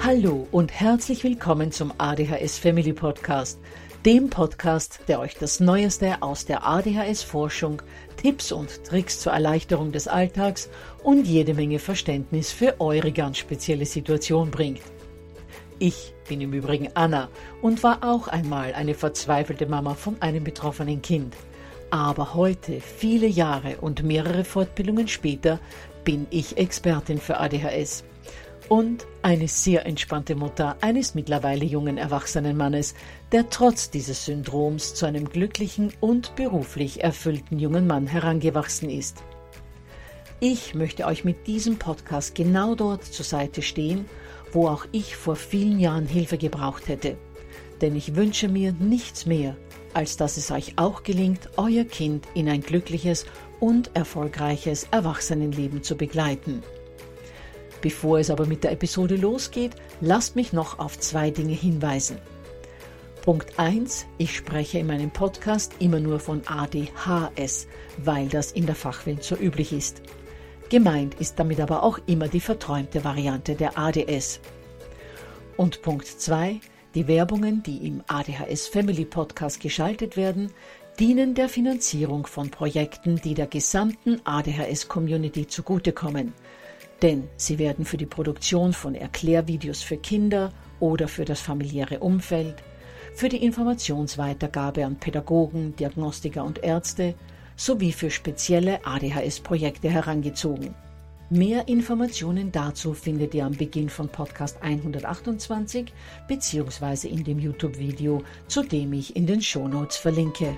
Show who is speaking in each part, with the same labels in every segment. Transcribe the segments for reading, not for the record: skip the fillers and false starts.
Speaker 1: Hallo und herzlich willkommen zum ADHS Family Podcast, dem Podcast, der euch das Neueste aus der ADHS-Forschung, Tipps und Tricks zur Erleichterung des Alltags und jede Menge Verständnis für eure ganz spezielle Situation bringt. Ich bin im Übrigen Anna und war auch einmal eine verzweifelte Mama von einem betroffenen Kind. Aber heute, viele Jahre und mehrere Fortbildungen später, bin ich Expertin für ADHS. Und eine sehr entspannte Mutter eines mittlerweile jungen erwachsenen Mannes, der trotz dieses Syndroms zu einem glücklichen und beruflich erfüllten jungen Mann herangewachsen ist. Ich möchte euch mit diesem Podcast genau dort zur Seite stehen, wo auch ich vor vielen Jahren Hilfe gebraucht hätte. Denn ich wünsche mir nichts mehr, als dass es euch auch gelingt, euer Kind in ein glückliches und erfolgreiches Erwachsenenleben zu begleiten. Bevor es aber mit der Episode losgeht, lasst mich noch auf 2 Dinge hinweisen. Punkt 1. Ich spreche in meinem Podcast immer nur von ADHS, weil das in der Fachwelt so üblich ist. Gemeint ist damit aber auch immer die verträumte Variante der ADS. Und Punkt 2. Die Werbungen, die im ADHS Family Podcast geschaltet werden, dienen der Finanzierung von Projekten, die der gesamten ADHS-Community zugutekommen. Denn sie werden für die Produktion von Erklärvideos für Kinder oder für das familiäre Umfeld, für die Informationsweitergabe an Pädagogen, Diagnostiker und Ärzte sowie für spezielle ADHS-Projekte herangezogen. Mehr Informationen dazu findet ihr am Beginn von Podcast 128 bzw. in dem YouTube-Video, zu dem ich in den Shownotes verlinke.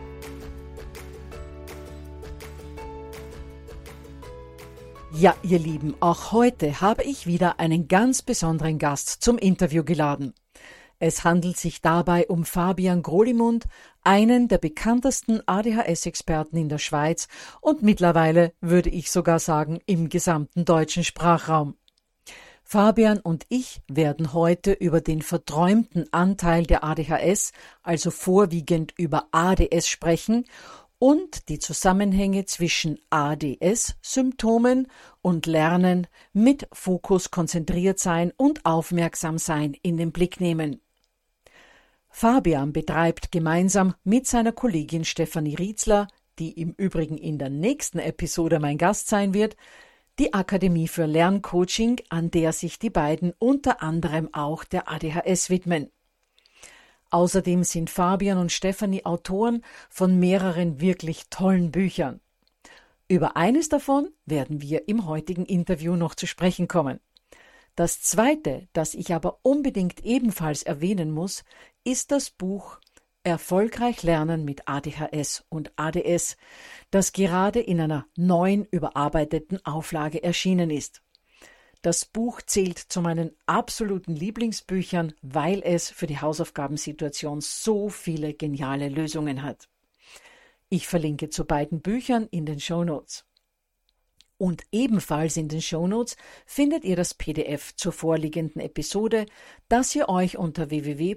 Speaker 1: Ja, ihr Lieben, auch heute habe ich wieder einen ganz besonderen Gast zum Interview geladen. Es handelt sich dabei um Fabian Grolimund, einen der bekanntesten ADHS-Experten in der Schweiz und mittlerweile würde ich sogar sagen im gesamten deutschen Sprachraum. Fabian und ich werden heute über den verträumten Anteil der ADHS, also vorwiegend über ADS sprechen und die Zusammenhänge zwischen ADS-Symptomen und Lernen mit Fokus konzentriert sein und aufmerksam sein in den Blick nehmen. Fabian betreibt gemeinsam mit seiner Kollegin Stefanie Rietzler, die im Übrigen in der nächsten Episode mein Gast sein wird, die Akademie für Lerncoaching, an der sich die beiden unter anderem auch der ADHS widmen. Außerdem sind Fabian und Stefanie Autoren von mehreren wirklich tollen Büchern. Über eines davon werden wir im heutigen Interview noch zu sprechen kommen. Das zweite, das ich aber unbedingt ebenfalls erwähnen muss, ist das Buch Erfolgreich lernen mit ADHS und ADS, das gerade in einer neuen, überarbeiteten Auflage erschienen ist. Das Buch zählt zu meinen absoluten Lieblingsbüchern, weil es für die Hausaufgabensituation so viele geniale Lösungen hat. Ich verlinke zu beiden Büchern in den Shownotes. Und ebenfalls in den Shownotes findet ihr das PDF zur vorliegenden Episode, das ihr euch unter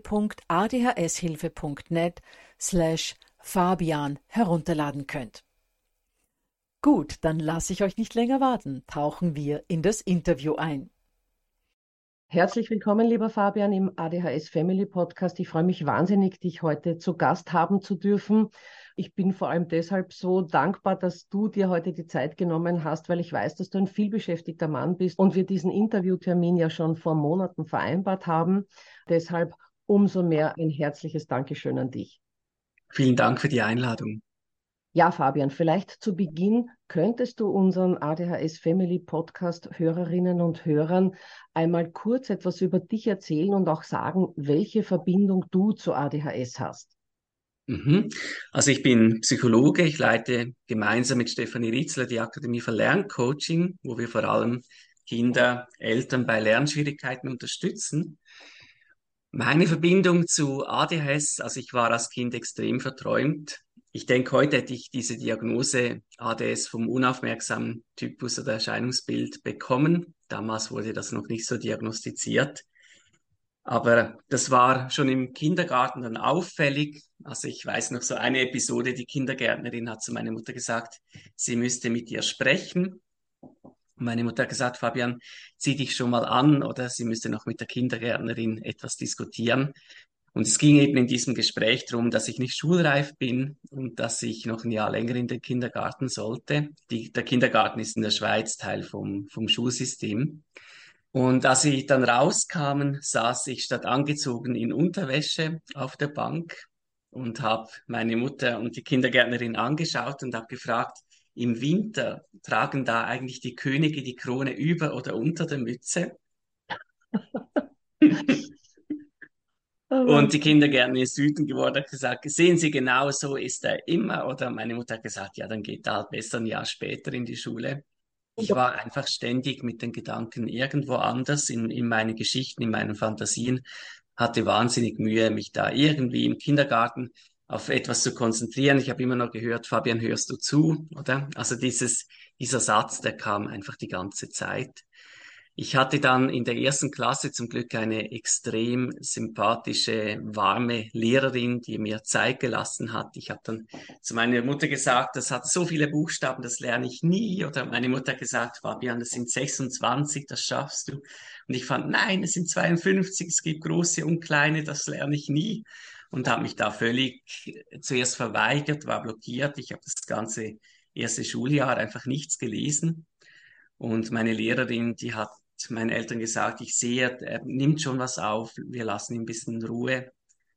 Speaker 1: www.adhshilfe.net/Fabian herunterladen könnt. Gut, dann lasse ich euch nicht länger warten. Tauchen wir in das Interview ein. Herzlich willkommen, lieber Fabian, im ADHS Family Podcast. Ich freue mich wahnsinnig, dich heute zu Gast haben zu dürfen. Ich bin vor allem deshalb so dankbar, dass du dir heute die Zeit genommen hast, weil ich weiß, dass du ein vielbeschäftigter Mann bist und wir diesen Interviewtermin ja schon vor Monaten vereinbart haben. Deshalb umso mehr ein herzliches Dankeschön an dich.
Speaker 2: Vielen Dank für die Einladung.
Speaker 1: Ja, Fabian, vielleicht zu Beginn könntest du unseren ADHS Family Podcast Hörerinnen und Hörern einmal kurz etwas über dich erzählen und auch sagen, welche Verbindung du zu ADHS hast.
Speaker 2: Also ich bin Psychologe, ich leite gemeinsam mit Stefanie Rietzler die Akademie für Lerncoaching, wo wir vor allem Kinder, Eltern bei Lernschwierigkeiten unterstützen. Meine Verbindung zu ADHS, also ich war als Kind extrem verträumt. Ich denke, heute hätte ich diese Diagnose ADS vom unaufmerksamen Typus oder Erscheinungsbild bekommen. Damals wurde das noch nicht so diagnostiziert. Aber das war schon im Kindergarten dann auffällig. Also ich weiß noch so eine Episode, die Kindergärtnerin hat zu meiner Mutter gesagt, sie müsste mit ihr sprechen. Und meine Mutter hat gesagt, Fabian, zieh dich schon mal an oder sie müsste noch mit der Kindergärtnerin etwas diskutieren. Und es ging eben in diesem Gespräch darum, dass ich nicht schulreif bin und dass ich noch ein Jahr länger in den Kindergarten sollte. Der Kindergarten ist in der Schweiz Teil vom Schulsystem. Und als sie dann rauskamen, saß ich statt angezogen in Unterwäsche auf der Bank und habe meine Mutter und die Kindergärtnerin angeschaut und habe gefragt, im Winter tragen da eigentlich die Könige die Krone über oder unter der Mütze?
Speaker 1: Aber
Speaker 2: Und die Kindergärtnerin ist wütend geworden, hat gesagt, sehen Sie genau, so ist er immer. Oder meine Mutter hat gesagt, ja, dann geht er halt besser ein Jahr später in die Schule. Ich war einfach ständig mit den Gedanken irgendwo anders in meinen Geschichten, in meinen Fantasien, hatte wahnsinnig Mühe, mich da irgendwie im Kindergarten auf etwas zu konzentrieren. Ich habe immer noch gehört, Fabian, hörst du zu, oder? Also dieser Satz, der kam einfach die ganze Zeit. Ich hatte dann in der ersten Klasse zum Glück eine extrem sympathische, warme Lehrerin, die mir Zeit gelassen hat. Ich habe dann zu meiner Mutter gesagt, das hat so viele Buchstaben, das lerne ich nie. Oder meine Mutter hat gesagt, Fabian, das sind 26, das schaffst du. Und ich fand, nein, es sind 52, es gibt große und kleine, das lerne ich nie. Und habe mich da völlig zuerst verweigert, war blockiert. Ich habe das ganze erste Schuljahr einfach nichts gelesen. Und meine Lehrerin, die hat meinen Eltern gesagt, ich sehe, er nimmt schon was auf, wir lassen ihn ein bisschen in Ruhe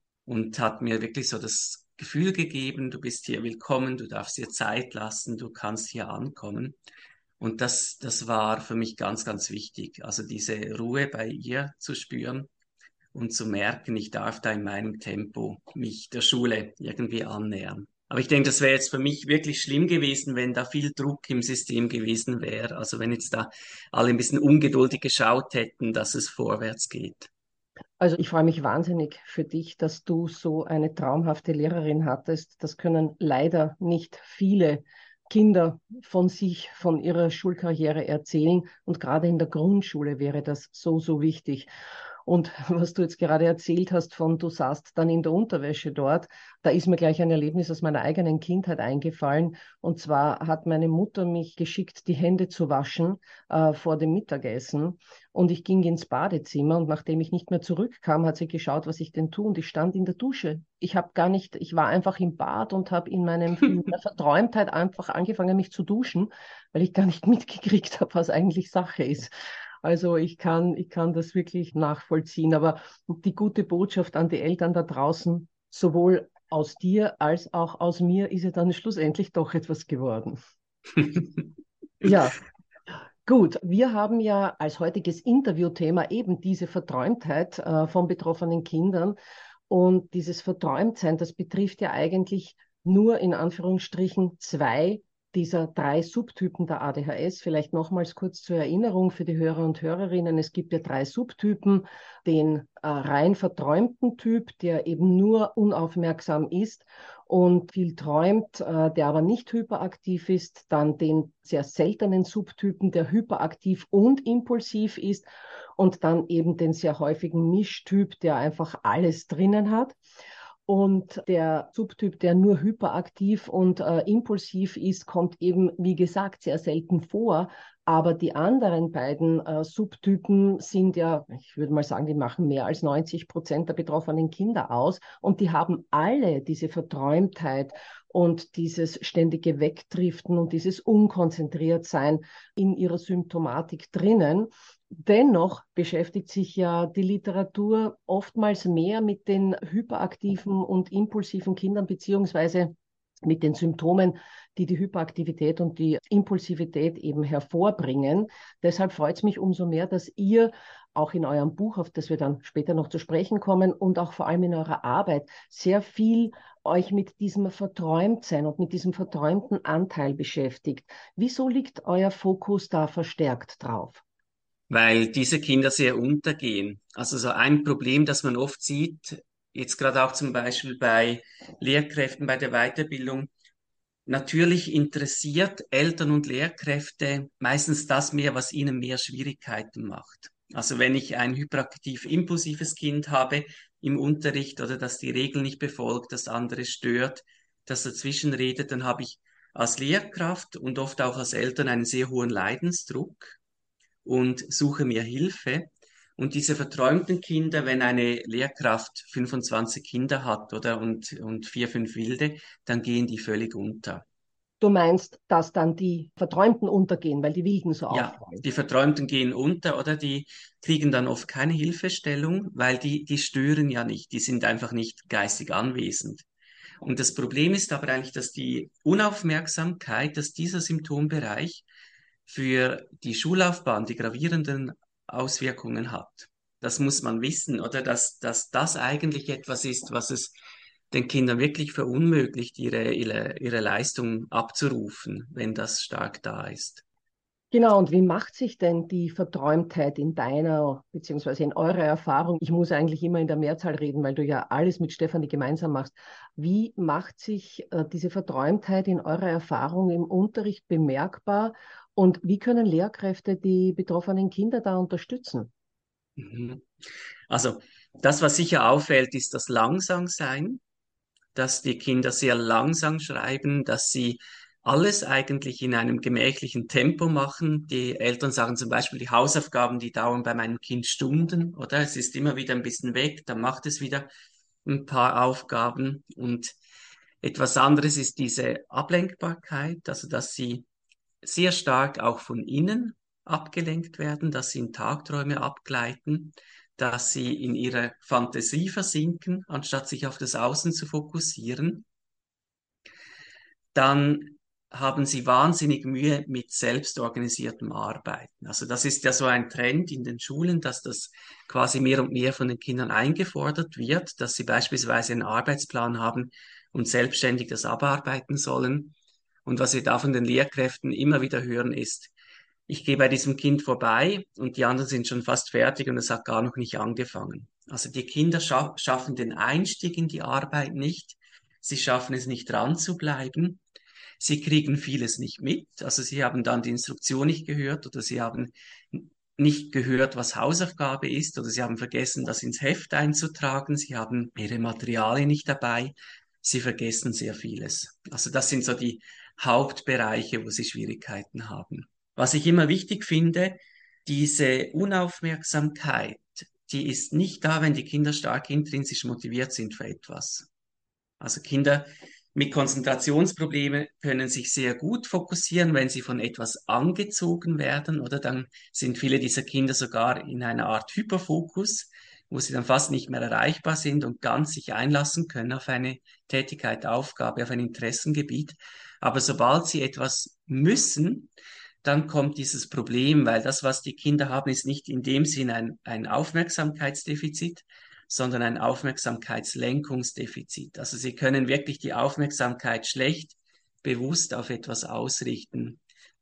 Speaker 2: und hat mir wirklich so das Gefühl gegeben, du bist hier willkommen, du darfst dir Zeit lassen, du kannst hier ankommen. Und das war für mich ganz, ganz wichtig. Also diese Ruhe bei ihr zu spüren und zu merken, ich darf da in meinem Tempo mich der Schule irgendwie annähern. Aber ich denke, das wäre jetzt für mich wirklich schlimm gewesen, wenn da viel Druck im System gewesen wäre. Also wenn jetzt da alle ein bisschen ungeduldig geschaut hätten, dass es vorwärts geht.
Speaker 3: Also ich freue mich wahnsinnig für dich, dass du so eine traumhafte Lehrerin hattest. Das können leider nicht viele Kinder von sich, von ihrer Schulkarriere erzählen. Und gerade in der Grundschule wäre das so, so wichtig. Und was du jetzt gerade erzählt hast von, du saßt dann in der Unterwäsche dort, da ist mir gleich ein Erlebnis aus meiner eigenen Kindheit eingefallen. Und zwar hat meine Mutter mich geschickt, die Hände zu waschen vor dem Mittagessen. Und ich ging ins Badezimmer und nachdem ich nicht mehr zurückkam, hat sie geschaut, was ich denn tue. Und ich stand in der Dusche. Ich habe gar nicht, ich war einfach im Bad und habe in meiner Verträumtheit einfach angefangen, mich zu duschen, weil ich gar nicht mitgekriegt habe, was eigentlich Sache ist. Also ich kann das wirklich nachvollziehen. Aber die gute Botschaft an die Eltern da draußen, sowohl aus dir als auch aus mir, ist ja dann schlussendlich doch etwas geworden. Ja, gut. Wir haben ja als heutiges Interviewthema eben diese Verträumtheit von betroffenen Kindern. Und dieses Verträumtsein, das betrifft ja eigentlich nur in Anführungsstrichen zwei dieser drei Subtypen der ADHS. Vielleicht nochmals kurz zur Erinnerung für die Hörer und Hörerinnen. Es gibt ja drei Subtypen. Den rein verträumten Typ, der eben nur unaufmerksam ist und viel träumt, der aber nicht hyperaktiv ist. Dann den sehr seltenen Subtypen, der hyperaktiv und impulsiv ist. Und dann eben den sehr häufigen Mischtyp, der einfach alles drinnen hat. Und der Subtyp, der nur hyperaktiv und impulsiv ist, kommt eben, wie gesagt, sehr selten vor. Aber die anderen beiden Subtypen sind ja, ich würde mal sagen, die machen mehr als 90% der betroffenen Kinder aus. Und die haben alle diese Verträumtheit und dieses ständige Wegdriften und dieses Unkonzentriertsein in ihrer Symptomatik drinnen. Dennoch beschäftigt sich ja die Literatur oftmals mehr mit den hyperaktiven und impulsiven Kindern, beziehungsweise mit den Symptomen, die die Hyperaktivität und die Impulsivität eben hervorbringen. Deshalb freut es mich umso mehr, dass ihr auch in eurem Buch, auf das wir dann später noch zu sprechen kommen, und auch vor allem in eurer Arbeit sehr viel euch mit diesem Verträumtsein und mit diesem verträumten Anteil beschäftigt. Wieso liegt euer Fokus da verstärkt drauf?
Speaker 2: Weil diese Kinder sehr untergehen. Also so ein Problem, das man oft sieht, jetzt gerade auch zum Beispiel bei Lehrkräften bei der Weiterbildung, natürlich interessiert Eltern und Lehrkräfte meistens das mehr, was ihnen mehr Schwierigkeiten macht. Also wenn ich ein hyperaktiv impulsives Kind habe im Unterricht oder das die Regeln nicht befolgt, das andere stört, das dazwischen redet, dann habe ich als Lehrkraft und oft auch als Eltern einen sehr hohen Leidensdruck und suche mir Hilfe. Und diese verträumten Kinder, wenn eine Lehrkraft 25 Kinder hat oder und 4, 5 Wilde, dann gehen die völlig unter.
Speaker 3: Du meinst, dass dann die Verträumten untergehen, weil die Wilden so
Speaker 2: Ja,
Speaker 3: auffallen.
Speaker 2: die Verträumten gehen unter oder die kriegen dann oft keine Hilfestellung, weil die stören ja nicht, die sind einfach nicht geistig anwesend. Und das Problem ist aber eigentlich, dass die Unaufmerksamkeit, dass dieser Symptombereich für die Schullaufbahn die gravierenden Auswirkungen hat. Das muss man wissen, oder dass das eigentlich etwas ist, was es den Kindern wirklich verunmöglicht, ihre Leistung abzurufen, wenn das stark da ist.
Speaker 3: Genau, und wie macht sich denn die Verträumtheit in deiner beziehungsweise in eurer Erfahrung, ich muss eigentlich immer in der Mehrzahl reden, weil du ja alles mit Stefanie gemeinsam machst, wie macht sich diese Verträumtheit in eurer Erfahrung im Unterricht bemerkbar und wie können Lehrkräfte die betroffenen Kinder da unterstützen?
Speaker 2: Mhm. Also das, was sicher auffällt, ist das Langsamsein, dass die Kinder sehr langsam schreiben, dass sie alles eigentlich in einem gemächlichen Tempo machen. Die Eltern sagen zum Beispiel, die Hausaufgaben, die dauern bei meinem Kind Stunden, oder? Es ist immer wieder ein bisschen weg, dann macht es wieder ein paar Aufgaben. Und etwas anderes ist diese Ablenkbarkeit, also dass sie sehr stark auch von innen abgelenkt werden, dass sie in Tagträume abgleiten, dass sie in ihre Fantasie versinken, anstatt sich auf das Außen zu fokussieren. Dann haben sie wahnsinnig Mühe mit selbstorganisiertem Arbeiten. Also das ist ja so ein Trend in den Schulen, dass das quasi mehr und mehr von den Kindern eingefordert wird, dass sie beispielsweise einen Arbeitsplan haben und selbstständig das abarbeiten sollen. Und was wir da von den Lehrkräften immer wieder hören, ist, ich gehe bei diesem Kind vorbei und die anderen sind schon fast fertig und es hat gar noch nicht angefangen. Also die Kinder schaffen den Einstieg in die Arbeit nicht. Sie schaffen es nicht dran zu bleiben. Sie kriegen vieles nicht mit. Also sie haben dann die Instruktion nicht gehört oder sie haben nicht gehört, was Hausaufgabe ist oder sie haben vergessen, das ins Heft einzutragen. Sie haben ihre Materialien nicht dabei. Sie vergessen sehr vieles. Also das sind so die Hauptbereiche, wo sie Schwierigkeiten haben. Was ich immer wichtig finde, diese Unaufmerksamkeit, die ist nicht da, wenn die Kinder stark intrinsisch motiviert sind für etwas. Also Kinder mit Konzentrationsproblemen können sich sehr gut fokussieren, wenn sie von etwas angezogen werden, oder dann sind viele dieser Kinder sogar in einer Art Hyperfokus, wo sie dann fast nicht mehr erreichbar sind und ganz sich einlassen können auf eine Tätigkeit, Aufgabe, auf ein Interessengebiet. Aber sobald sie etwas müssen, dann kommt dieses Problem, weil das, was die Kinder haben, ist nicht in dem Sinn ein Aufmerksamkeitsdefizit, sondern ein Aufmerksamkeitslenkungsdefizit. Also sie können wirklich die Aufmerksamkeit schlecht bewusst auf etwas ausrichten,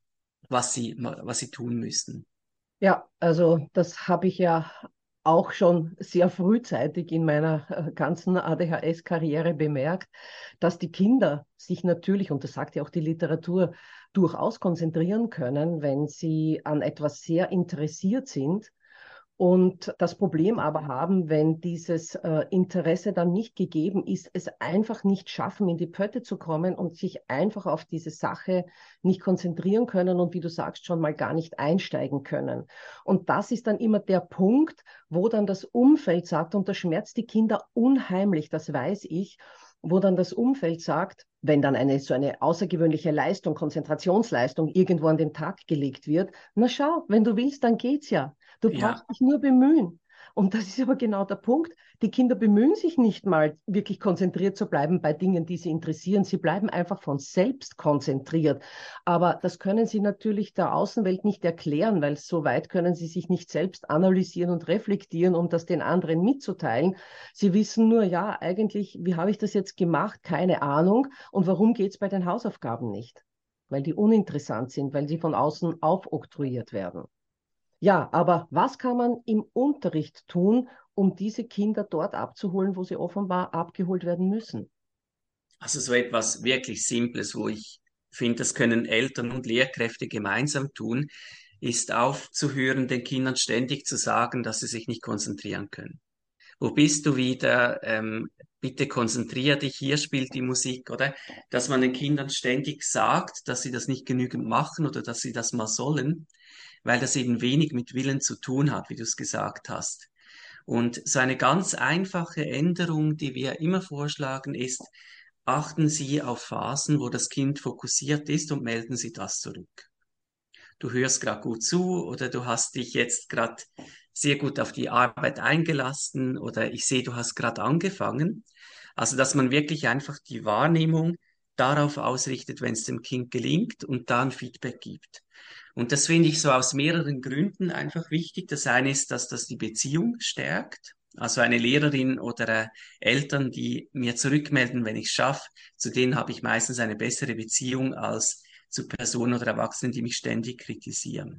Speaker 2: was sie tun müssen.
Speaker 3: Ja, also das habe ich ja auch schon sehr frühzeitig in meiner ganzen ADHS-Karriere bemerkt, dass die Kinder sich natürlich, und das sagt ja auch die Literatur, durchaus konzentrieren können, wenn sie an etwas sehr interessiert sind und das Problem aber haben, wenn dieses Interesse dann nicht gegeben ist, es einfach nicht schaffen, in die Pötte zu kommen und sich einfach auf diese Sache nicht konzentrieren können und wie du sagst, schon mal gar nicht einsteigen können. Und das ist dann immer der Punkt, wo dann das Umfeld sagt, und das schmerzt die Kinder unheimlich, das weiß ich, wo dann das Umfeld sagt, wenn dann so eine außergewöhnliche Leistung, Konzentrationsleistung irgendwo an den Tag gelegt wird, na schau, wenn du willst, dann geht's ja. Du
Speaker 2: Ja,
Speaker 3: brauchst dich nur bemühen. Und das ist aber genau der Punkt. Die Kinder bemühen sich nicht mal, wirklich konzentriert zu bleiben bei Dingen, die sie interessieren. Sie bleiben einfach von selbst konzentriert. Aber das können sie natürlich der Außenwelt nicht erklären, weil so weit können sie sich nicht selbst analysieren und reflektieren, um das den anderen mitzuteilen. Sie wissen nur, ja, eigentlich, wie habe ich das jetzt gemacht? Keine Ahnung. Und warum geht es bei den Hausaufgaben nicht? Weil die uninteressant sind, weil sie von außen aufoktroyiert werden. Ja, aber was kann man im Unterricht tun, um diese Kinder dort abzuholen, wo sie offenbar abgeholt werden müssen?
Speaker 2: also so etwas wirklich Simples, wo ich finde, das können Eltern und Lehrkräfte gemeinsam tun, ist aufzuhören, den Kindern ständig zu sagen, dass sie sich nicht konzentrieren können. Wo bist du wieder? bitte konzentrier dich, hier spielt die Musik, oder? Dass man den Kindern ständig sagt, dass sie das nicht genügend machen oder dass sie das mal sollen, weil das eben wenig mit Willen zu tun hat, wie du es gesagt hast. Und so eine ganz einfache Änderung, die wir immer vorschlagen, ist, achten Sie auf Phasen, wo das Kind fokussiert ist und melden Sie das zurück. Du hörst gerade gut zu oder du hast dich jetzt gerade sehr gut auf die Arbeit eingelassen oder ich sehe, du hast gerade angefangen. Also, dass man wirklich einfach die Wahrnehmung darauf ausrichtet, wenn es dem Kind gelingt und dann Feedback gibt. Und das finde ich so aus mehreren Gründen einfach wichtig. Das eine ist, dass das die Beziehung stärkt. Also eine Lehrerin oder Eltern, die mir zurückmelden, wenn ich es schaffe, zu denen habe ich meistens eine bessere Beziehung als zu Personen oder Erwachsenen, die mich ständig kritisieren.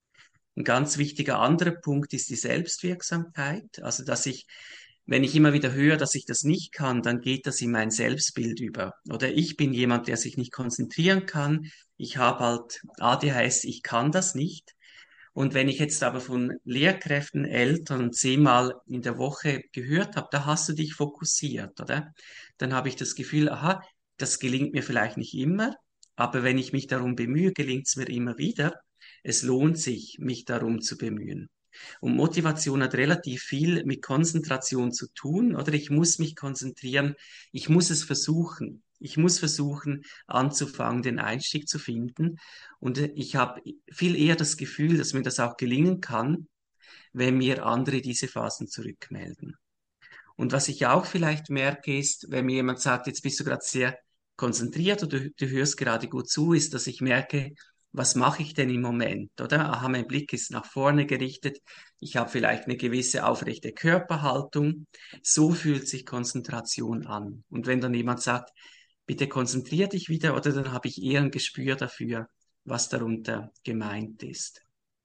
Speaker 2: Ein ganz wichtiger anderer Punkt ist die Selbstwirksamkeit. Also, dass ich, wenn ich immer wieder höre, dass ich das nicht kann, dann geht das in mein Selbstbild über. Oder ich bin jemand, der sich nicht konzentrieren kann. Ich habe halt ADHS, ich kann das nicht. Und wenn ich jetzt aber von Lehrkräften, Eltern 10-mal in der Woche gehört habe, da hast du dich fokussiert, oder? Dann habe ich das Gefühl, aha, das gelingt mir vielleicht nicht immer, aber wenn ich mich darum bemühe, gelingt es mir immer wieder. Es lohnt sich, mich darum zu bemühen. Und Motivation hat relativ viel mit Konzentration zu tun, oder? Ich muss mich konzentrieren, ich muss es versuchen. Ich muss versuchen, anzufangen, den Einstieg zu finden. Und ich habe viel eher das Gefühl, dass mir das auch gelingen kann, wenn mir andere diese Phasen zurückmelden. Und was ich auch vielleicht merke, ist, wenn mir jemand sagt, jetzt bist du gerade sehr konzentriert oder du hörst gerade gut zu, ist, dass ich merke, was mache ich denn im Moment, oder? Aha, mein Blick ist nach vorne gerichtet. Ich habe vielleicht eine gewisse aufrechte Körperhaltung. So fühlt sich Konzentration an. Und wenn dann jemand sagt, bitte konzentrier dich wieder, oder dann habe ich eher ein Gespür dafür, was darunter gemeint ist.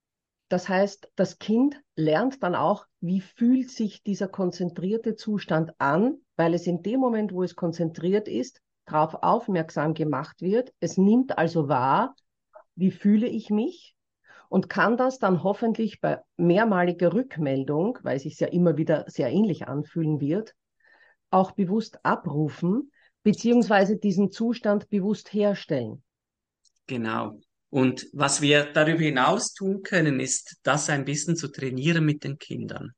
Speaker 3: Das heißt, das Kind lernt dann auch, wie fühlt sich dieser konzentrierte Zustand an, weil es in dem Moment, wo es konzentriert ist, darauf aufmerksam gemacht wird. Es nimmt also wahr, wie fühle ich mich und kann das dann hoffentlich bei mehrmaliger Rückmeldung, weil es sich ja immer wieder sehr ähnlich anfühlen wird, auch bewusst abrufen, beziehungsweise diesen Zustand bewusst herstellen.
Speaker 2: Genau. Und was wir darüber hinaus tun können, ist, das ein bisschen zu trainieren mit den Kindern.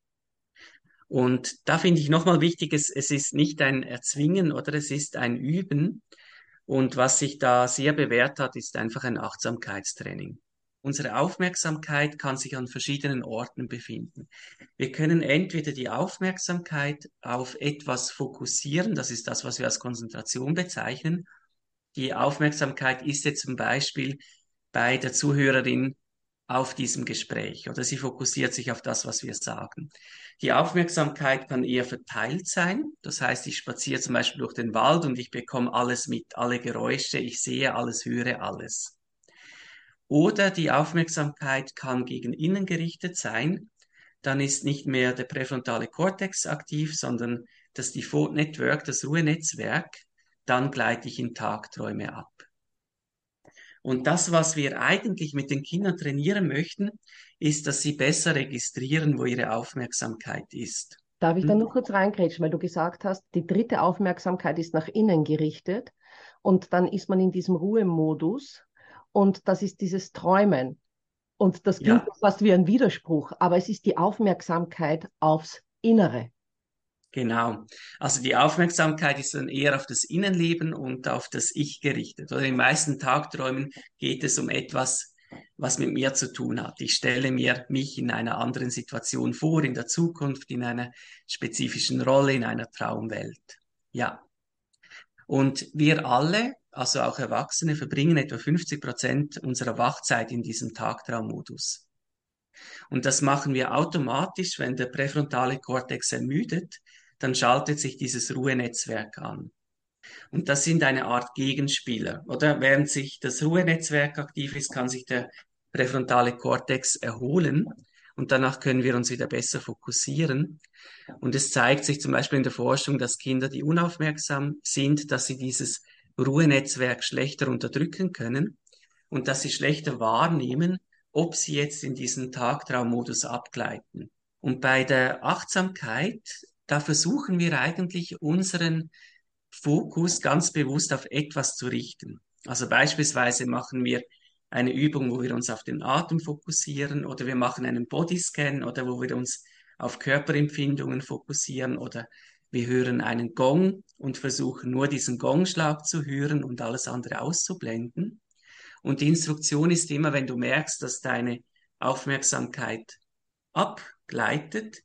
Speaker 2: Und da finde ich nochmal wichtig, es ist nicht ein Erzwingen oder es ist ein Üben. Und was sich da sehr bewährt hat, ist einfach ein Achtsamkeitstraining. Unsere Aufmerksamkeit kann sich an verschiedenen Orten befinden. Wir können entweder die Aufmerksamkeit auf etwas fokussieren, das ist das, was wir als Konzentration bezeichnen. Die Aufmerksamkeit ist jetzt zum Beispiel bei der Zuhörerin auf diesem Gespräch oder sie fokussiert sich auf das, was wir sagen. Die Aufmerksamkeit kann eher verteilt sein. Das heißt, ich spaziere zum Beispiel durch den Wald und ich bekomme alles mit, alle Geräusche, ich sehe alles, höre alles. Oder die Aufmerksamkeit kann gegen innen gerichtet sein. Dann ist nicht mehr der präfrontale Kortex aktiv, sondern das Default Network, das Ruhenetzwerk. Dann gleite ich in Tagträume ab. Und das, was wir eigentlich mit den Kindern trainieren möchten, ist, dass sie besser registrieren, wo ihre Aufmerksamkeit ist.
Speaker 3: Darf ich da
Speaker 2: Hm?
Speaker 3: nur kurz reingrätschen, weil du gesagt hast, die dritte Aufmerksamkeit ist nach innen gerichtet und dann ist man in diesem Ruhemodus und das ist dieses Träumen. Und das klingt
Speaker 2: Ja,
Speaker 3: fast wie ein Widerspruch, aber es ist die Aufmerksamkeit aufs Innere.
Speaker 2: genau. Also die Aufmerksamkeit ist dann eher auf das Innenleben und auf das Ich gerichtet. Oder in den meisten Tagträumen geht es um etwas, was mit mir zu tun hat. Ich stelle mir mich in einer anderen Situation vor, in der Zukunft, in einer spezifischen Rolle, in einer Traumwelt. Ja. Und wir alle, also auch Erwachsene, verbringen etwa 50% unserer Wachzeit in diesem Tagtraummodus. Und das machen wir automatisch, wenn der präfrontale Kortex ermüdet, dann schaltet sich dieses Ruhenetzwerk an. Und das sind eine Art Gegenspieler, oder? Während sich das Ruhenetzwerk aktiv ist, kann sich der präfrontale Kortex erholen und danach können wir uns wieder besser fokussieren. Und es zeigt sich zum Beispiel in der Forschung, dass Kinder, die unaufmerksam sind, dass sie dieses Ruhenetzwerk schlechter unterdrücken können und dass sie schlechter wahrnehmen, ob sie jetzt in diesen Tagtraummodus abgleiten. Und bei der Achtsamkeit da versuchen wir eigentlich unseren Fokus ganz bewusst auf etwas zu richten. Also beispielsweise machen wir eine Übung, wo wir uns auf den Atem fokussieren, oder wir machen einen Bodyscan, oder wo wir uns auf Körperempfindungen fokussieren, oder wir hören einen Gong und versuchen nur diesen Gongschlag zu hören und alles andere auszublenden. Und die Instruktion ist immer, wenn du merkst, dass deine Aufmerksamkeit abgleitet,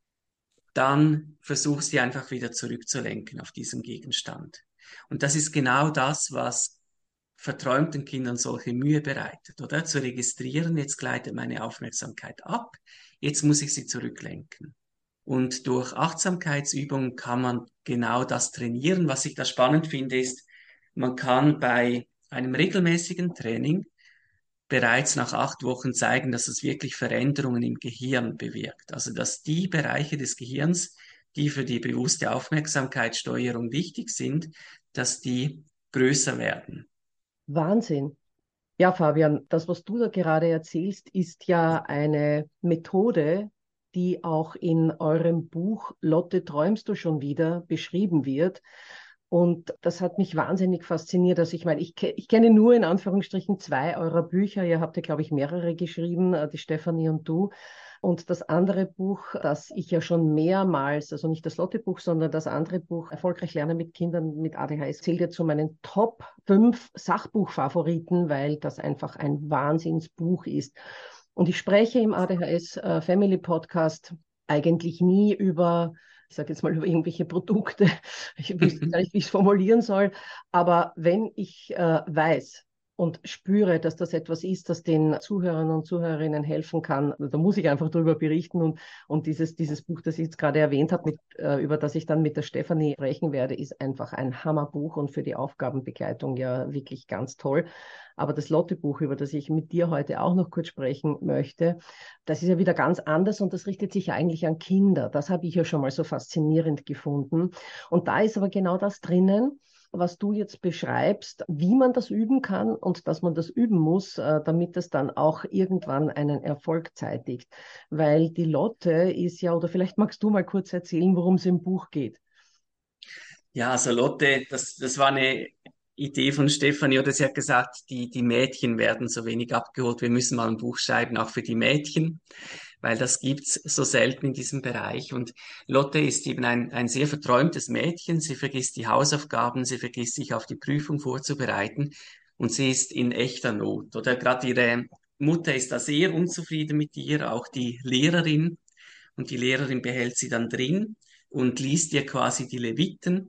Speaker 2: dann versuch sie einfach wieder zurückzulenken auf diesen Gegenstand. Und das ist genau das, was verträumten Kindern solche Mühe bereitet, oder? Zu registrieren, jetzt gleitet meine Aufmerksamkeit ab, jetzt muss ich sie zurücklenken. Und durch Achtsamkeitsübungen kann man genau das trainieren. Was ich da spannend finde, ist, man kann bei einem regelmäßigen Training bereits nach 8 Wochen zeigen, dass es wirklich Veränderungen im Gehirn bewirkt. Also dass die Bereiche des Gehirns, die für die bewusste Aufmerksamkeitssteuerung wichtig sind, dass die größer werden.
Speaker 3: Wahnsinn. Ja, Fabian, das, was du da gerade erzählst, ist ja eine Methode, die auch in eurem Buch Lotte, träumst du schon wieder beschrieben wird. Und das hat mich wahnsinnig fasziniert. Also ich meine, ich kenne nur in Anführungsstrichen 2 eurer Bücher. Ihr habt ja, glaube ich, mehrere geschrieben, die Stefanie und du. Und das andere Buch, das ich ja schon mehrmals, also nicht das Lotte-Buch, sondern das andere Buch, Erfolgreich lernen mit Kindern mit ADHS, zählt ja zu meinen Top 5 Sachbuchfavoriten, weil das einfach ein Wahnsinnsbuch ist. Und ich spreche im ADHS Family Podcast eigentlich nie über, ich sage jetzt mal über irgendwelche Produkte, ich wüsste gar nicht, wie ich es formulieren soll, aber wenn ich weiß, und spüre, dass das etwas ist, das den Zuhörern und Zuhörerinnen helfen kann, da muss ich einfach darüber berichten. Und dieses Buch, das ich jetzt gerade erwähnt habe, über das ich dann mit der Stefanie sprechen werde, ist einfach ein Hammerbuch und für die Aufgabenbegleitung ja wirklich ganz toll. Aber das Lotte-Buch, über das ich mit dir heute auch noch kurz sprechen möchte, das ist ja wieder ganz anders und das richtet sich ja eigentlich an Kinder. Das habe ich ja schon mal so faszinierend gefunden. Und da ist aber genau das drinnen, was du jetzt beschreibst, wie man das üben kann und dass man das üben muss, damit es dann auch irgendwann einen Erfolg zeitigt. Weil die Lotte ist ja, oder vielleicht magst du mal kurz erzählen, worum es im Buch geht.
Speaker 2: Ja, also Lotte, das war eine Idee von Stefanie, oder sie hat gesagt, die Mädchen werden so wenig abgeholt. Wir müssen mal ein Buch schreiben, auch für die Mädchen, weil das gibt's so selten in diesem Bereich. Und Lotte ist eben ein sehr verträumtes Mädchen. Sie vergisst die Hausaufgaben, sie vergisst sich auf die Prüfung vorzubereiten und sie ist in echter Not. Oder gerade ihre Mutter ist da sehr unzufrieden mit ihr, auch die Lehrerin. Und die Lehrerin behält sie dann drin und liest ihr quasi die Leviten.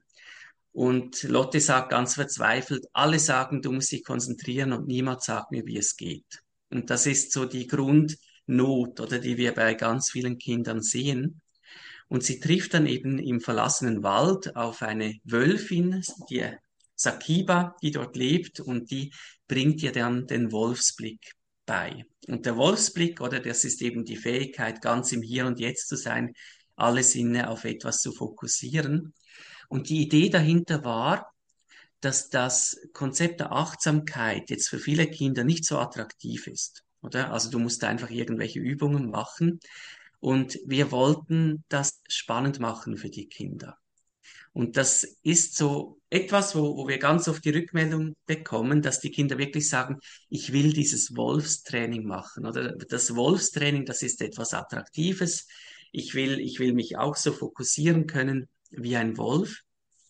Speaker 2: Und Lotte sagt ganz verzweifelt, alle sagen, du musst dich konzentrieren und niemand sagt mir, wie es geht. Und das ist so die Grundnot, oder die wir bei ganz vielen Kindern sehen. Und sie trifft dann eben im verlassenen Wald auf eine Wölfin, die Sakiba, die dort lebt, und die bringt ihr dann den Wolfsblick bei. Und der Wolfsblick, oder das ist eben die Fähigkeit, ganz im Hier und Jetzt zu sein, alle Sinne auf etwas zu fokussieren. Und die Idee dahinter war, dass das Konzept der Achtsamkeit jetzt für viele Kinder nicht so attraktiv ist, oder? Also du musst einfach irgendwelche Übungen machen. Und wir wollten das spannend machen für die Kinder. Und das ist so etwas, wo wir ganz oft die Rückmeldung bekommen, dass die Kinder wirklich sagen, ich will dieses Wolfstraining machen. Oder das Wolfstraining, das ist etwas Attraktives. Ich will mich auch so fokussieren können wie ein Wolf.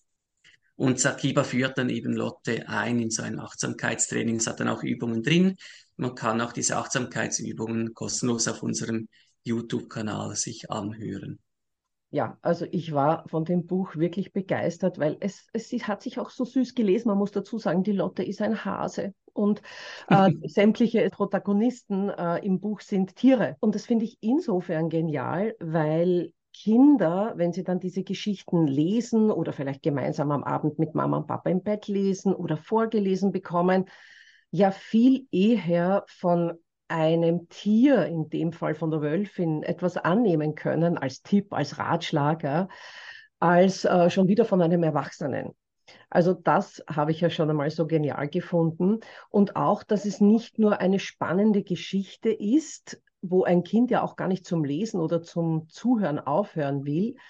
Speaker 2: Und Sakiba führt dann eben Lotte ein in so ein Achtsamkeitstraining. Es hat dann auch Übungen drin. Man kann auch diese Achtsamkeitsübungen kostenlos auf unserem YouTube-Kanal sich anhören.
Speaker 3: Ja, also ich war von dem Buch wirklich begeistert, weil es hat sich auch so süß gelesen. Man muss dazu sagen, die Lotte ist ein Hase und sämtliche Protagonisten im Buch sind Tiere. Und das finde ich insofern genial, weil Kinder, wenn sie dann diese Geschichten lesen oder vielleicht gemeinsam am Abend mit Mama und Papa im Bett lesen oder vorgelesen bekommen, ja viel eher von einem Tier, in dem Fall von der Wölfin, etwas annehmen können als Tipp, als Ratschlager, als schon wieder von einem Erwachsenen. Also das habe ich ja schon einmal so genial gefunden. Und auch, dass es nicht nur eine spannende Geschichte ist, wo ein Kind ja auch gar nicht zum Lesen oder zum Zuhören aufhören will,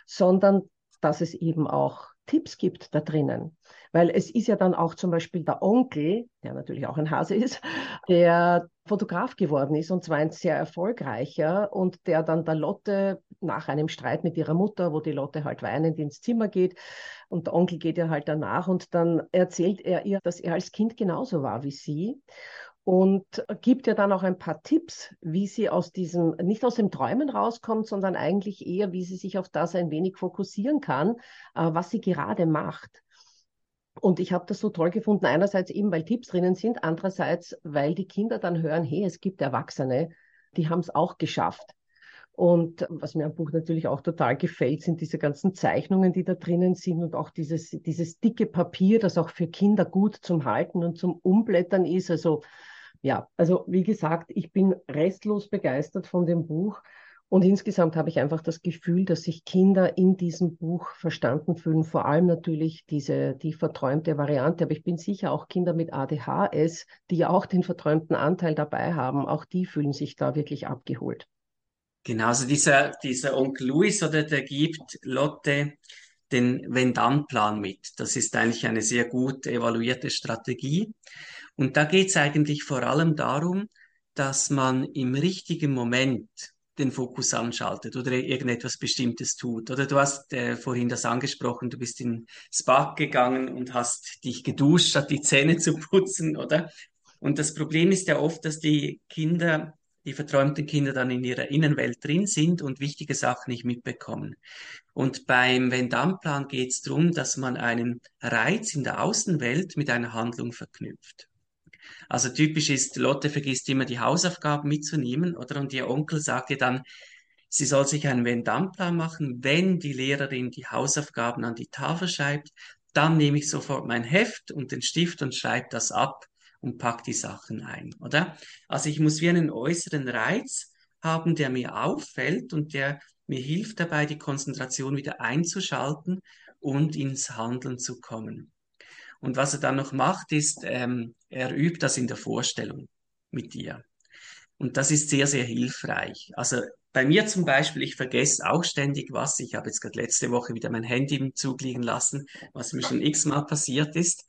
Speaker 3: sondern dass es eben auch Tipps gibt da drinnen. Weil es ist ja dann auch zum Beispiel der Onkel, der natürlich auch ein Hase ist, der Fotograf geworden ist und zwar ein sehr erfolgreicher und der dann der Lotte nach einem Streit mit ihrer Mutter, wo die Lotte halt weinend ins Zimmer geht und der Onkel geht ihr halt danach und dann erzählt er ihr, dass er als Kind genauso war wie sie und gibt ihr dann auch ein paar Tipps, wie sie aus diesem, nicht aus dem Träumen rauskommt, sondern eigentlich eher, wie sie sich auf das ein wenig fokussieren kann, was sie gerade macht. Und ich habe das so toll gefunden, einerseits eben, weil Tipps drinnen sind, andererseits, weil die Kinder dann hören, hey, es gibt Erwachsene, die haben es auch geschafft. Und was mir am Buch natürlich auch total gefällt, sind diese ganzen Zeichnungen, die da drinnen sind und auch dieses dicke Papier, das auch für Kinder gut zum Halten und zum Umblättern ist. Also ja, also wie gesagt, ich bin restlos begeistert von dem Buch. Und insgesamt habe ich einfach das Gefühl, dass sich Kinder in diesem Buch verstanden fühlen. Vor allem natürlich die verträumte Variante. Aber ich bin sicher auch Kinder mit ADHS, die ja auch den verträumten Anteil dabei haben, auch die fühlen sich da wirklich abgeholt.
Speaker 2: Genau, also dieser Onkel Louis, oder, der gibt Lotte den Wenn-Dann-Plan mit. Das ist eigentlich eine sehr gut evaluierte Strategie. Und da geht es eigentlich vor allem darum, dass man im richtigen Moment den Fokus anschaltet oder irgendetwas Bestimmtes tut. Oder du hast vorhin das angesprochen, du bist ins Bad gegangen und hast dich geduscht, statt die Zähne zu putzen, oder? Und das Problem ist ja oft, dass die verträumten Kinder dann in ihrer Innenwelt drin sind und wichtige Sachen nicht mitbekommen. Und beim Wenn-Dann-Plan geht es darum, dass man einen Reiz in der Außenwelt mit einer Handlung verknüpft. Also typisch ist, Lotte vergisst immer die Hausaufgaben mitzunehmen, oder? Und ihr Onkel sagt ihr dann, sie soll sich einen Wenn-Dann-Plan machen. Wenn die Lehrerin die Hausaufgaben an die Tafel schreibt, dann nehme ich sofort mein Heft und den Stift und schreibe das ab und pack die Sachen ein, oder? Also ich muss wie einen äußeren Reiz haben, der mir auffällt und der mir hilft dabei, die Konzentration wieder einzuschalten und ins Handeln zu kommen. Und was er dann noch macht, ist, er übt das in der Vorstellung mit dir. Und das ist sehr, sehr hilfreich. Also bei mir zum Beispiel, ich vergesse auch ständig was. Ich habe jetzt gerade letzte Woche wieder mein Handy im Zug liegen lassen, was mir schon x-mal passiert ist.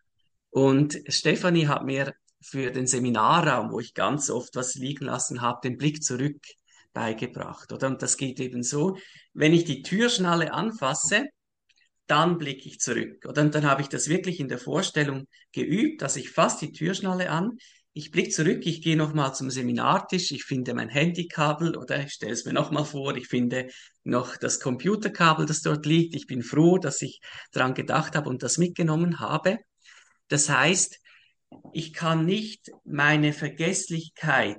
Speaker 2: Und Stefanie hat mir für den Seminarraum, wo ich ganz oft was liegen lassen habe, den Blick zurück beigebracht, oder? Und das geht eben so, wenn ich die Türschnalle anfasse, dann blicke ich zurück. Oder? Und dann habe ich das wirklich in der Vorstellung geübt, dass ich fasse die Türschnalle an, ich blicke zurück, ich gehe nochmal zum Seminartisch, ich finde mein Handykabel oder ich stelle es mir nochmal vor, ich finde noch das Computerkabel, das dort liegt. Ich bin froh, dass ich daran gedacht habe und das mitgenommen habe. Das heißt, ich kann nicht meine Vergesslichkeit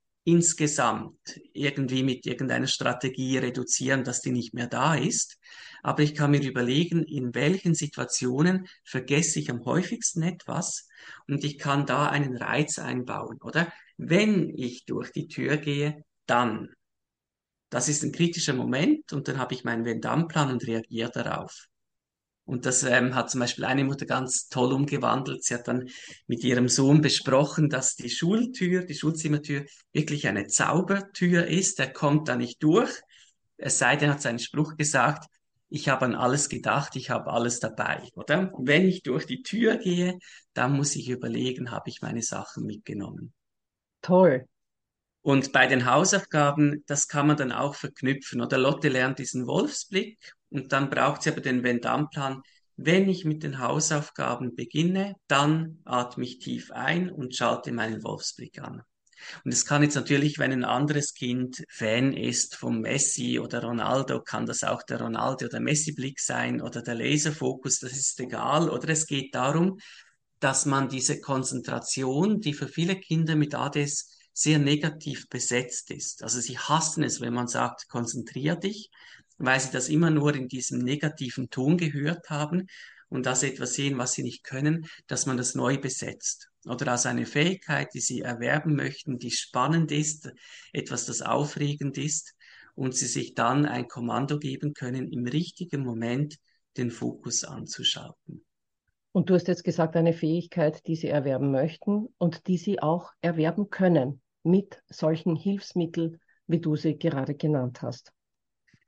Speaker 2: insgesamt irgendwie mit irgendeiner Strategie reduzieren, dass die nicht mehr da ist. Aber ich kann mir überlegen, in welchen Situationen vergesse ich am häufigsten etwas und ich kann da einen Reiz einbauen, oder? Wenn ich durch die Tür gehe, dann. Das ist ein kritischer Moment und dann habe ich meinen Wenn-Dann-Plan und reagiere darauf. Und das hat zum Beispiel eine Mutter ganz toll umgewandelt. Sie hat dann mit ihrem Sohn besprochen, dass die Schultür, die Schulzimmertür wirklich eine Zaubertür ist. Er kommt da nicht durch. Es sei denn, er hat seinen Spruch gesagt, ich habe an alles gedacht, ich habe alles dabei, oder? Wenn ich durch die Tür gehe, dann muss ich überlegen, habe ich meine Sachen mitgenommen.
Speaker 3: Toll.
Speaker 2: Und bei den Hausaufgaben, das kann man dann auch verknüpfen. Oder Lotte lernt diesen Wolfsblick und dann braucht sie aber den Wenn-Dann-Plan. Wenn ich mit den Hausaufgaben beginne, dann atme ich tief ein und schalte meinen Wolfsblick an. Und es kann jetzt natürlich, wenn ein anderes Kind Fan ist vom Messi oder Ronaldo, kann das auch der Ronaldo- oder Messi-Blick sein oder der Laserfokus, das ist egal. Oder es geht darum, dass man diese Konzentration, die für viele Kinder mit ADS sehr negativ besetzt ist. Also sie hassen es, wenn man sagt, konzentrier dich, weil sie das immer nur in diesem negativen Ton gehört haben und das etwas sehen, was sie nicht können, dass man das neu besetzt. Oder als eine Fähigkeit, die sie erwerben möchten, die spannend ist, etwas, das aufregend ist und sie sich dann ein Kommando geben können, im richtigen Moment den Fokus anzuschalten.
Speaker 3: Und du hast jetzt gesagt, eine Fähigkeit, die sie erwerben möchten und die sie auch erwerben können mit solchen Hilfsmitteln, wie du sie gerade genannt hast.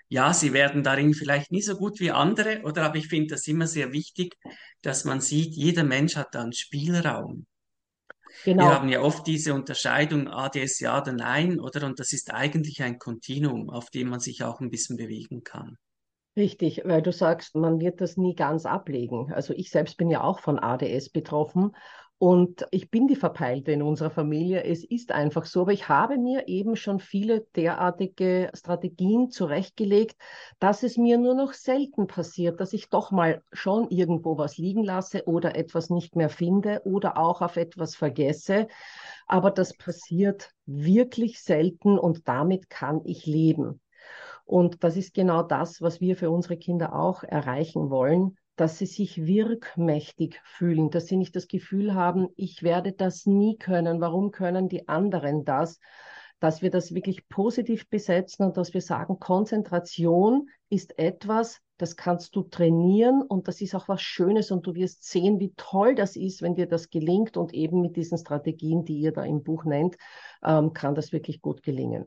Speaker 2: ja, sie werden darin vielleicht nie so gut wie andere, oder? Aber ich finde das immer sehr wichtig, dass man sieht, jeder Mensch hat da einen Spielraum. Wir
Speaker 3: Genau.
Speaker 2: haben ja oft diese Unterscheidung ADS ja oder nein, oder? Und das ist eigentlich ein Kontinuum, auf dem man sich auch ein bisschen bewegen kann.
Speaker 3: Richtig, weil du sagst, man wird das nie ganz ablegen. Also ich selbst bin ja auch von ADS betroffen und ich bin die Verpeilte in unserer Familie. Es ist einfach so, aber ich habe mir eben schon viele derartige Strategien zurechtgelegt, dass es mir nur noch selten passiert, dass ich doch mal schon irgendwo was liegen lasse oder etwas nicht mehr finde oder auch auf etwas vergesse. Aber das passiert wirklich selten und damit kann ich leben. Und das ist genau das, was wir für unsere Kinder auch erreichen wollen, dass sie sich wirkmächtig fühlen, dass sie nicht das Gefühl haben, ich werde das nie können, warum können die anderen das? Dass wir das wirklich positiv besetzen und dass wir sagen, Konzentration ist etwas, das kannst du trainieren und das ist auch was Schönes und du wirst sehen, wie toll das ist, wenn dir das gelingt und eben mit diesen Strategien, die ihr da im Buch nennt, kann das wirklich gut gelingen.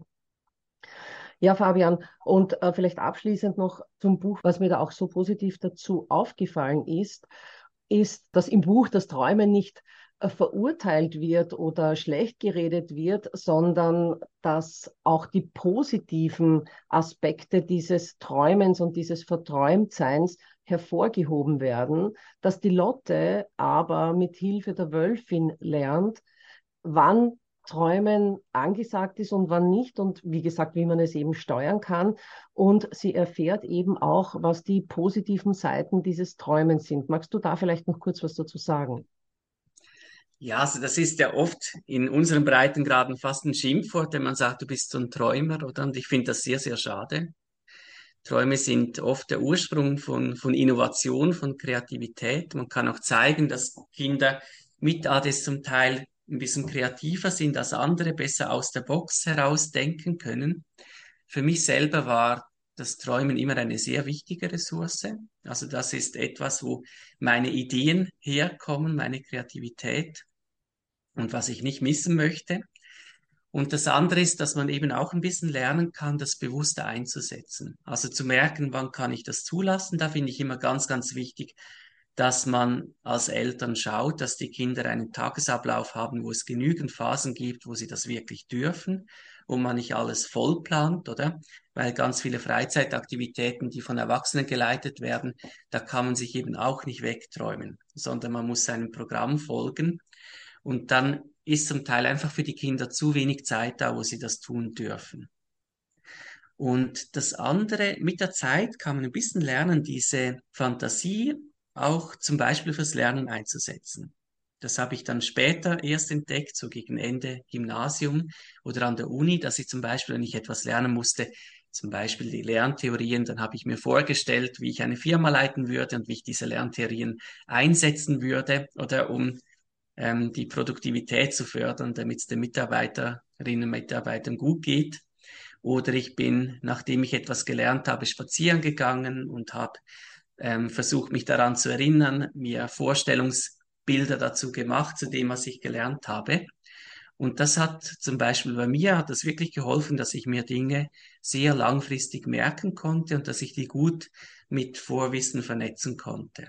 Speaker 3: Ja, Fabian, und vielleicht abschließend noch zum Buch, was mir da auch so positiv dazu aufgefallen ist, dass im Buch das Träumen nicht verurteilt wird oder schlecht geredet wird, sondern dass auch die positiven Aspekte dieses Träumens und dieses Verträumtseins hervorgehoben werden, dass die Lotte aber mit Hilfe der Wölfin lernt, wann Träumen angesagt ist und wann nicht und wie gesagt, wie man es eben steuern kann. Und sie erfährt eben auch, was die positiven Seiten dieses Träumens sind. Magst du da vielleicht noch kurz was dazu sagen?
Speaker 2: Ja, also das ist ja oft in unseren Breitengraden fast ein Schimpfwort, wenn man sagt, du bist so ein Träumer, oder? Und ich finde das sehr, sehr schade. Träume sind oft der Ursprung von Innovation, von Kreativität. Man kann auch zeigen, dass Kinder mit ADS zum Teil ein bisschen kreativer sind als andere, besser aus der Box heraus denken können. Für mich selber war das Träumen immer eine sehr wichtige Ressource. Also das ist etwas, wo meine Ideen herkommen, meine Kreativität und was ich nicht missen möchte. Und das andere ist, dass man eben auch ein bisschen lernen kann, das bewusster einzusetzen. Also zu merken, wann kann ich das zulassen. Da finde ich immer ganz, ganz wichtig, dass man als Eltern schaut, dass die Kinder einen Tagesablauf haben, wo es genügend Phasen gibt, wo sie das wirklich dürfen, wo man nicht alles vollplant, oder? Weil ganz viele Freizeitaktivitäten, die von Erwachsenen geleitet werden, da kann man sich eben auch nicht wegträumen, sondern man muss seinem Programm folgen. Und dann ist zum Teil einfach für die Kinder zu wenig Zeit da, wo sie das tun dürfen. Und das andere, mit der Zeit kann man ein bisschen lernen, diese Fantasie auch zum Beispiel fürs Lernen einzusetzen. Das habe ich dann später erst entdeckt, so gegen Ende Gymnasium oder an der Uni, dass ich zum Beispiel, wenn ich etwas lernen musste, zum Beispiel die Lerntheorien, dann habe ich mir vorgestellt, wie ich eine Firma leiten würde und wie ich diese Lerntheorien einsetzen würde, oder um die Produktivität zu fördern, damit es den Mitarbeiterinnen und Mitarbeitern gut geht. Oder ich bin, nachdem ich etwas gelernt habe, spazieren gegangen und habe versucht, mich daran zu erinnern, mir Vorstellungsbilder dazu gemacht, zu dem, was ich gelernt habe. Und das hat zum Beispiel bei mir, hat das wirklich geholfen, dass ich mir Dinge sehr langfristig merken konnte und dass ich die gut mit Vorwissen vernetzen konnte.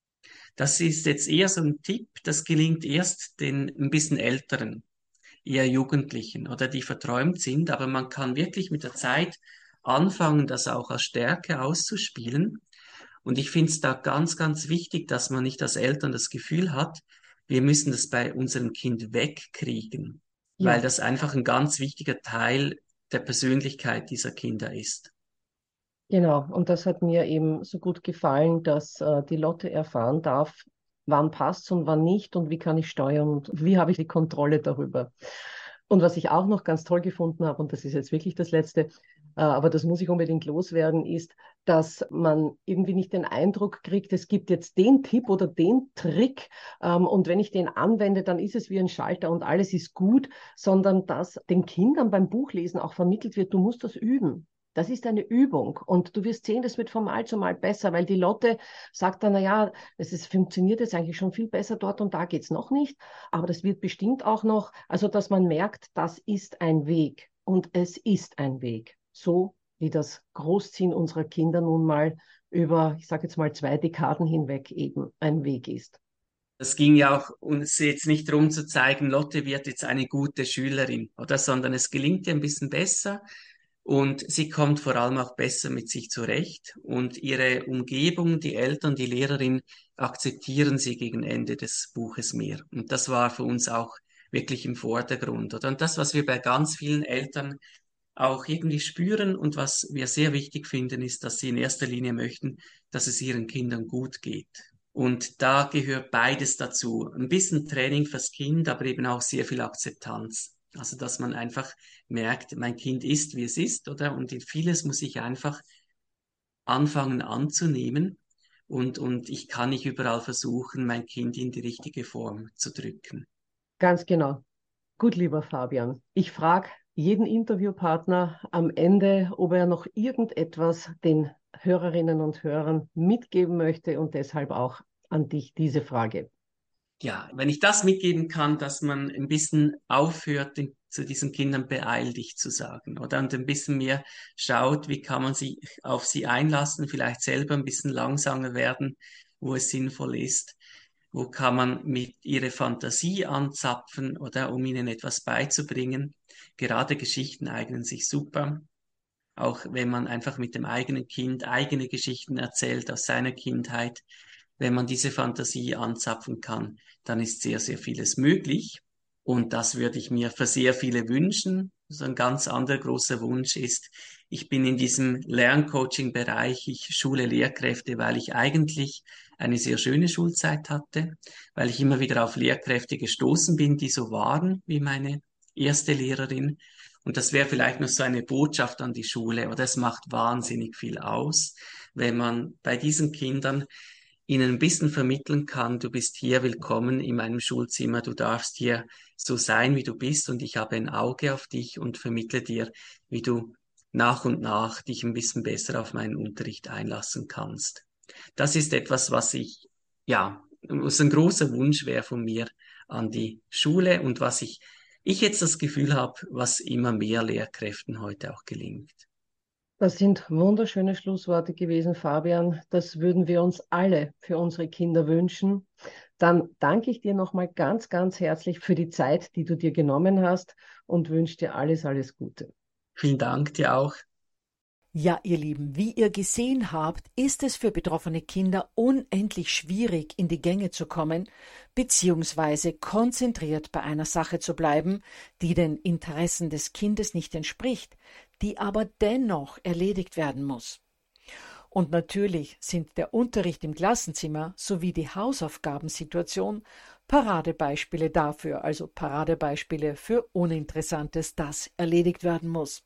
Speaker 2: Das ist jetzt eher so ein Tipp, das gelingt erst den ein bisschen Älteren, eher Jugendlichen oder die verträumt sind, aber man kann wirklich mit der Zeit anfangen, das auch als Stärke auszuspielen. Und ich finde es da ganz, ganz wichtig, dass man nicht als Eltern das Gefühl hat, wir müssen das bei unserem Kind wegkriegen, weil
Speaker 3: Ja.
Speaker 2: das einfach ein ganz wichtiger Teil der Persönlichkeit dieser Kinder ist.
Speaker 3: Genau, und das hat mir eben so gut gefallen, dass die Lotte erfahren darf, wann passt und wann nicht und wie kann ich steuern und wie habe ich die Kontrolle darüber. Und was ich auch noch ganz toll gefunden habe, und das ist jetzt wirklich das Letzte, aber das muss ich unbedingt loswerden, ist, dass man irgendwie nicht den Eindruck kriegt, es gibt jetzt den Tipp oder den Trick und wenn ich den anwende, dann ist es wie ein Schalter und alles ist gut, sondern dass den Kindern beim Buchlesen auch vermittelt wird, du musst das üben. Das ist eine Übung und du wirst sehen, das wird von Mal zu Mal besser, weil die Lotte sagt dann, naja, funktioniert jetzt eigentlich schon viel besser dort und da geht es noch nicht, aber das wird bestimmt auch noch, also dass man merkt, das ist ein Weg und es ist ein Weg. So die das Großziehen unserer Kinder nun mal über, ich sage jetzt mal, 2 Dekaden hinweg eben ein Weg ist.
Speaker 2: Das ging ja auch uns jetzt nicht darum zu zeigen, Lotte wird jetzt eine gute Schülerin, oder? Sondern es gelingt ihr ein bisschen besser und sie kommt vor allem auch besser mit sich zurecht und ihre Umgebung, die Eltern, die Lehrerin akzeptieren sie gegen Ende des Buches mehr. Und das war für uns auch wirklich im Vordergrund, oder? Und das, was wir bei ganz vielen Eltern auch irgendwie spüren und was wir sehr wichtig finden, ist, dass sie in erster Linie möchten, dass es ihren Kindern gut geht. Und da gehört beides dazu. Ein bisschen Training fürs Kind, aber eben auch sehr viel Akzeptanz. Also, dass man einfach merkt, mein Kind ist, wie es ist, oder? Und vieles muss ich einfach anfangen anzunehmen. Und ich kann nicht überall versuchen, mein Kind in die richtige Form zu drücken.
Speaker 3: Ganz genau. Gut, lieber Fabian, ich frage jeden Interviewpartner am Ende, ob er noch irgendetwas den Hörerinnen und Hörern mitgeben möchte und deshalb auch an dich diese Frage.
Speaker 2: Ja, wenn ich das mitgeben kann, dass man ein bisschen aufhört, zu diesen Kindern beeil dich zu sagen, oder? Und ein bisschen mehr schaut, wie kann man sich auf sie einlassen, vielleicht selber ein bisschen langsamer werden, wo es sinnvoll ist. Wo kann man mit ihrer Fantasie anzapfen, oder um ihnen etwas beizubringen? Gerade Geschichten eignen sich super. Auch wenn man einfach mit dem eigenen Kind eigene Geschichten erzählt aus seiner Kindheit. Wenn man diese Fantasie anzapfen kann, dann ist sehr, sehr vieles möglich. Und das würde ich mir für sehr viele wünschen. So ein ganz anderer großer Wunsch ist, ich bin in diesem Lerncoaching-Bereich, ich schule Lehrkräfte, weil ich eigentlich eine sehr schöne Schulzeit hatte, weil ich immer wieder auf Lehrkräfte gestoßen bin, die so waren wie meine erste Lehrerin. Und das wäre vielleicht noch so eine Botschaft an die Schule, oder es macht wahnsinnig viel aus, wenn man bei diesen Kindern ihnen ein bisschen vermitteln kann, du bist hier willkommen in meinem Schulzimmer, du darfst hier so sein, wie du bist und ich habe ein Auge auf dich und vermittle dir, wie du nach und nach dich ein bisschen besser auf meinen Unterricht einlassen kannst. Das ist etwas, was ein großer Wunsch wäre von mir an die Schule und was ich jetzt das Gefühl habe, was immer mehr Lehrkräften heute auch gelingt.
Speaker 3: Das sind wunderschöne Schlussworte gewesen, Fabian. Das würden wir uns alle für unsere Kinder wünschen. Dann danke ich dir nochmal ganz, ganz herzlich für die Zeit, die du dir genommen hast und wünsche dir alles, alles Gute.
Speaker 2: Vielen Dank dir auch.
Speaker 1: Ja, ihr Lieben, wie ihr gesehen habt, ist es für betroffene Kinder unendlich schwierig, in die Gänge zu kommen, beziehungsweise konzentriert bei einer Sache zu bleiben, die den Interessen des Kindes nicht entspricht, die aber dennoch erledigt werden muss. Und natürlich sind der Unterricht im Klassenzimmer sowie die Hausaufgabensituation Paradebeispiele dafür, also Paradebeispiele für Uninteressantes, das erledigt werden muss.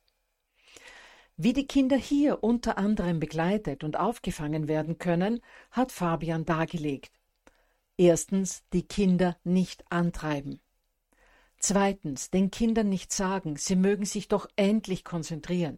Speaker 1: Wie die Kinder hier unter anderem begleitet und aufgefangen werden können, hat Fabian dargelegt. Erstens, die Kinder nicht antreiben. Zweitens, den Kindern nicht sagen, sie mögen sich doch endlich konzentrieren.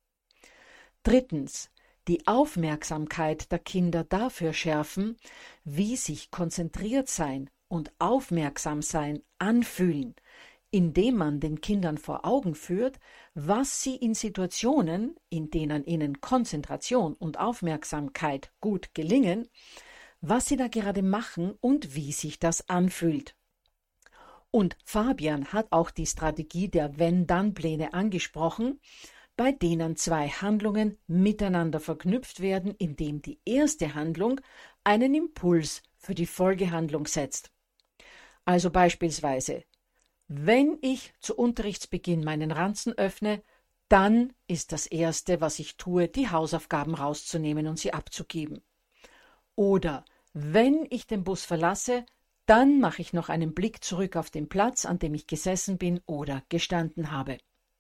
Speaker 1: Drittens, die Aufmerksamkeit der Kinder dafür schärfen, wie sich konzentriert sein und aufmerksam sein anfühlen, indem man den Kindern vor Augen führt, was sie in Situationen, in denen ihnen Konzentration und Aufmerksamkeit gut gelingen, was sie da gerade machen und wie sich das anfühlt. Und Fabian hat auch die Strategie der Wenn-Dann-Pläne angesprochen, bei denen 2 Handlungen miteinander verknüpft werden, indem die erste Handlung einen Impuls für die Folgehandlung setzt. Also beispielsweise: Wenn ich zu Unterrichtsbeginn meinen Ranzen öffne, dann ist das Erste, was ich tue, die Hausaufgaben rauszunehmen und sie abzugeben. Oder wenn ich den Bus verlasse, dann mache ich noch einen Blick zurück auf den Platz, an dem ich gesessen bin oder gestanden habe.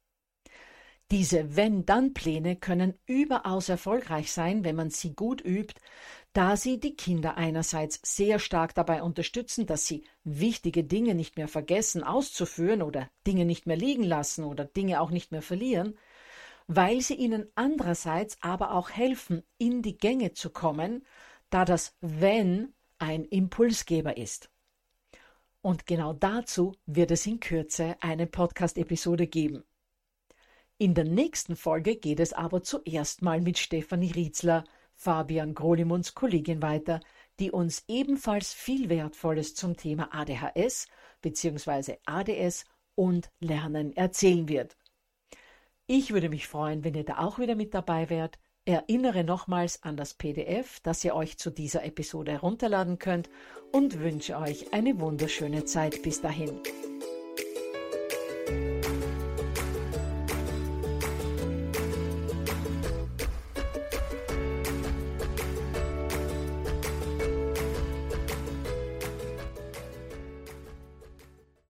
Speaker 1: Diese Wenn-Dann-Pläne können überaus erfolgreich sein, wenn man sie gut übt, da sie die Kinder einerseits sehr stark dabei unterstützen, dass sie wichtige Dinge nicht mehr vergessen auszuführen oder Dinge nicht mehr liegen lassen oder Dinge auch nicht mehr verlieren, weil sie ihnen andererseits aber auch helfen, in die Gänge zu kommen, da das Wenn ein Impulsgeber ist. Und genau dazu wird es in Kürze eine Podcast-Episode geben. In der nächsten Folge geht es aber zuerst mal mit Stefanie Rietzler, Fabian Grolimunds Kollegin, weiter, die uns ebenfalls viel Wertvolles zum Thema ADHS bzw. ADS und Lernen erzählen wird. Ich würde mich freuen, wenn ihr da auch wieder mit dabei wärt. Erinnere nochmals an das PDF, das ihr euch zu dieser Episode herunterladen könnt, und wünsche euch eine wunderschöne Zeit bis dahin.